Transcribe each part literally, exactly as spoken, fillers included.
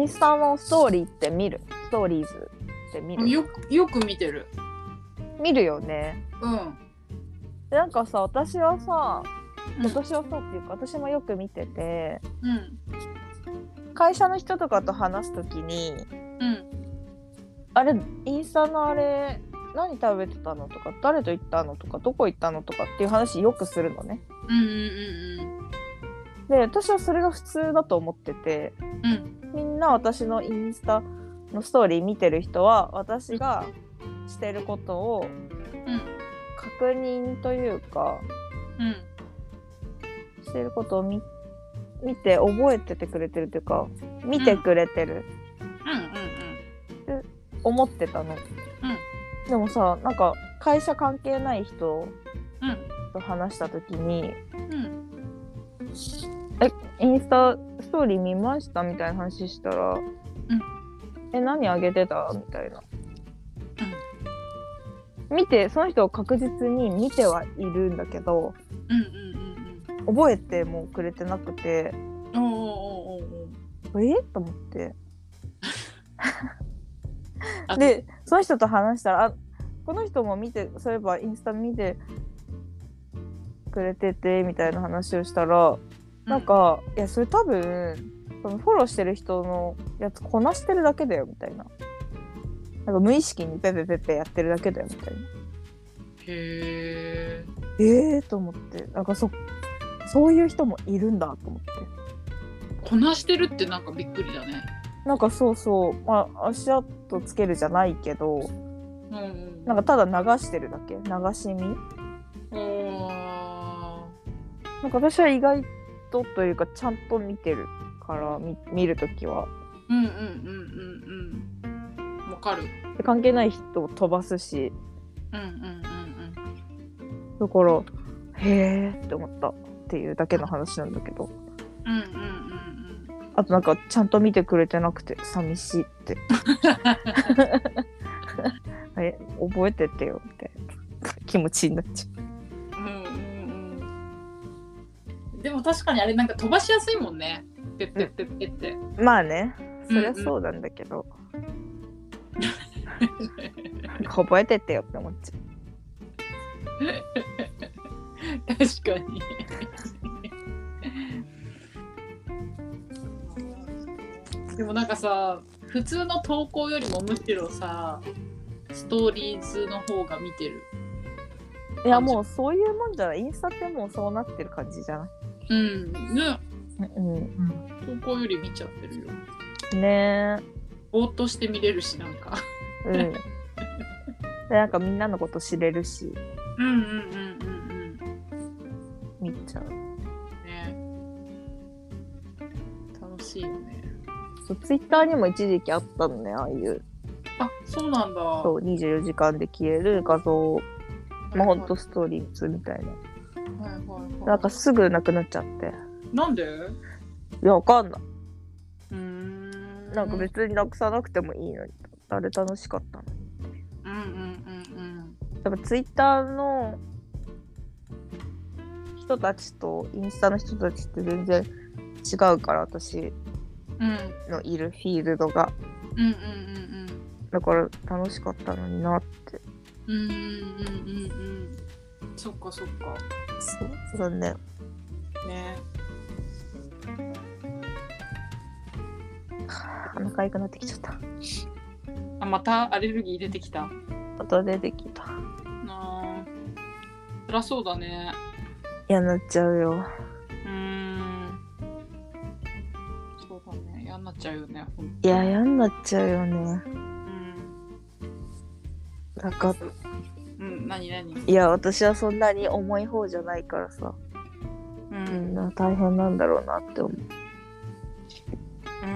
ンスタのストーリーって見る？ストーリーズって見る？ よくよく見てる。 見るよね。 うん。 なんかさ、私はさ、私はさっていうか、私もよく見てて、 うん。 会社の人とかと話すときに、 うん。 あれインスタのあれ何食べてたのとか、誰と行ったのとか、どこ行ったのとかっていう話よくするのね。 うんうんうんで、私はそれが普通だと思ってて、 うん。 みんな私のインスタのストーリー見てる人は私がしてることをうん確認というか、 うんしてることを 見, 見て覚えててくれてるというか、見てくれてるうんうんって思ってたの。 うんでもさ、なんか会社関係ない人うんと話した時に、 うんえ、インスタストーリー見ましたみたいな話したら、うん、え、何あげてたみたいな。うん、見て、その人を確実に見てはいるんだけど、 うんうんうん覚えてもくれてなくて、 うん、おーおーおーおーえと思ってで、その人と話したら、あ、この人も見て、そういえばインスタ見てくれててみたいな話をしたら、なんか、うん、いやそれ多分そのフォローしてる人のやつこなしてるだけだよみたいな、なんか無意識にペペペペやってるだけだよみたいな。 へーえーと思って、なんか そ, そういう人もいるんだと思って。 こなしてるってなんかびっくりだね。 なんかそうそう、まあ、足跡つけるじゃないけど、うんうん、なんかただ流してるだけ、流し見。おなんか私は意外とというかちゃんと見てるから、 見, 見るときは。 うんうんうんうんうん。わかる。 で関係ない人を飛ばすし。うんうんうんうん。だからへーって思ったっていうだけの話なんだけど。うんうんうんうん。あとなんかちゃんと見てくれてなくて寂しいってえ覚えててよみたいな気持ちになっちゃう。うんうんうん。でも確かにあれなんか飛ばしやすいもんね。ペッペッペッペッって。 まあね、そりゃそうなんだけど、うんうん、覚えててよって思っちゃう。確かに。でもなんかさ、普通の投稿よりもむしろさ、ストーリーズの方が見てる。 いやもうそういうもんじゃない。インスタってもうそうなってる感じじゃない？ うんね。うん、うん、投稿より見ちゃってるよ。 ねえ。 ぼーっとして見れるしなんか。 うん。でなんかみんなのこと知れるし。 うんうんうんうんうん。 見ちゃう。 ね。楽しいよね。 そうツイッターにも一時期あったのね、ああいう。 あ、そうなんだ。 そうにじゅうよじかんで消える画像、まあ、ほんとストーリーズみたいな。はいはいはい。なんかすぐなくなっちゃって。 なんで？ いやわかんない。 うーん。 なんか別になくさなくてもいいのに。あれ楽しかったの。 うんうんうんうん。 やっぱツイッターの人たちとインスタの人たちって全然違うから、私のいるフィールドが。うんうんうんうん。だから楽しかったのになって。うんうんうんうん。 そっかそっか。 そうだね。ね。鼻かゆくなってきちゃった。 あ、またアレルギー出てきた。 また出てきた。 あー、辛そうだね。 嫌になっちゃうよ。 うーん。そうだね。嫌になっちゃうよね。 いや、嫌になっちゃうよね。うん。なんか、 うん、何何？ いや、私はそんなに重い方じゃないからさ。うん、みんな大変なんだろうなって思う。 うん。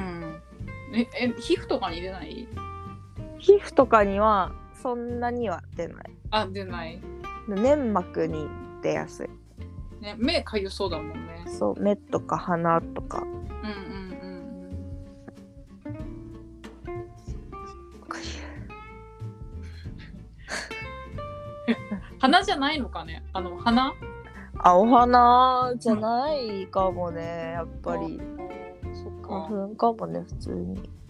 え、え、皮膚とかに出ない？ 皮膚とかにはそんなには出ない。 あ、出ない。 粘膜に出やすい。 ね、目かゆそうだもんね。 そう、目とか鼻とか。うんうんうんうん。花じゃないのかね。あの花？ あ、お花じゃないかもね、やっぱり。 そっか。 花粉かもね、普通に。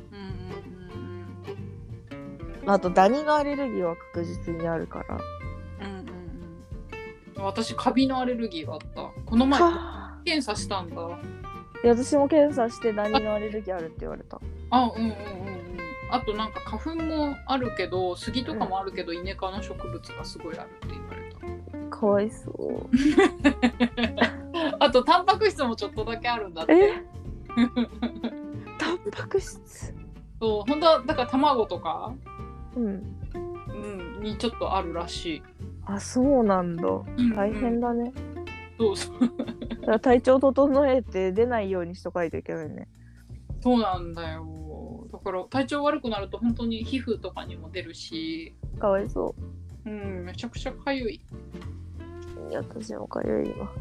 あとダニのアレルギーは確実にあるから。 うんうんうん。私カビのアレルギーがあった。この前検査したんだ。 いや私も検査してダニのアレルギーあるって言われた。 あ、うんうんうんうん。あとなんか花粉もあるけど、杉とかもあるけど、イネ科の植物がすごいあるって言われた。 かわいそう。 あとタンパク質もちょっとだけあるんだって。 えタンパク質。 そう、本当はだから卵とか、 うん、 うん、にちょっとあるらしい。 あ、そうなんだ。大変だね。 そうそう。 だから体調整えて出ないようにしとかないといけないね。 そうなんだよ。だから体調悪くなると本当に皮膚とかにも出るし。 かわいそうう。 ん、めちゃくちゃかゆい。 いや私もかゆいわ。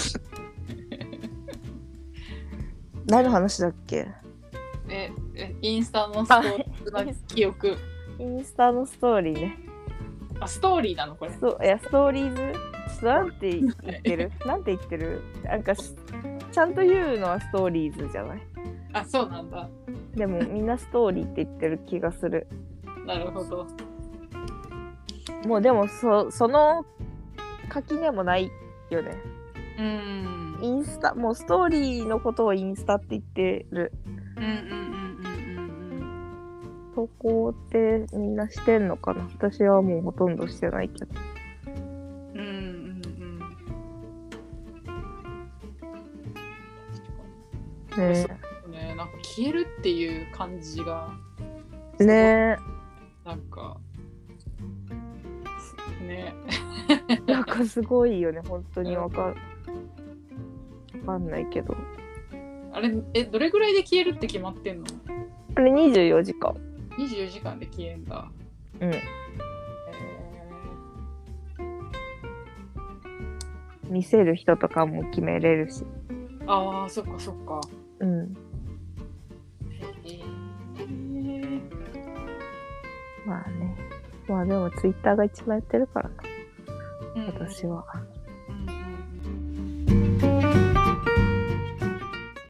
何の話だっけ？ え、えインスタのストーリーの記憶。 インスタのストーリーね。 あ、ストーリーなのこれ。 そう、いやストーリーズ。なんて言ってる？なんて言ってる？なんかちゃんと言うのはストーリーズじゃない？ あ、そうなんだ。 でもみんなストーリーって言ってる気がする。 なるほど。 もうでもそその垣根もないよね。 うん。 インスタ、もうストーリーのことをインスタって言ってる。 うんうんうんうんうん投稿ってみんなしてんのかな？私はもうほとんどしてないけど。 うん。うんうんうん。 ねえ。ね、なんか消えるっていう感じが。 え。ねえ。なんか。ね。 なんかすごいよね、本当にわかる。わかんないけど。 あれ、え、どれぐらいで消えるって決まってんの？ あれにじゅうよじかん。 にじゅうよじかんで消えんだ。 うん。 えー、見せる人とかも決めれるし。 ああ、そっかそっか。 うん。 えー、 まあね。まあでもツイッターが一番やってるからな。 うん、 私は。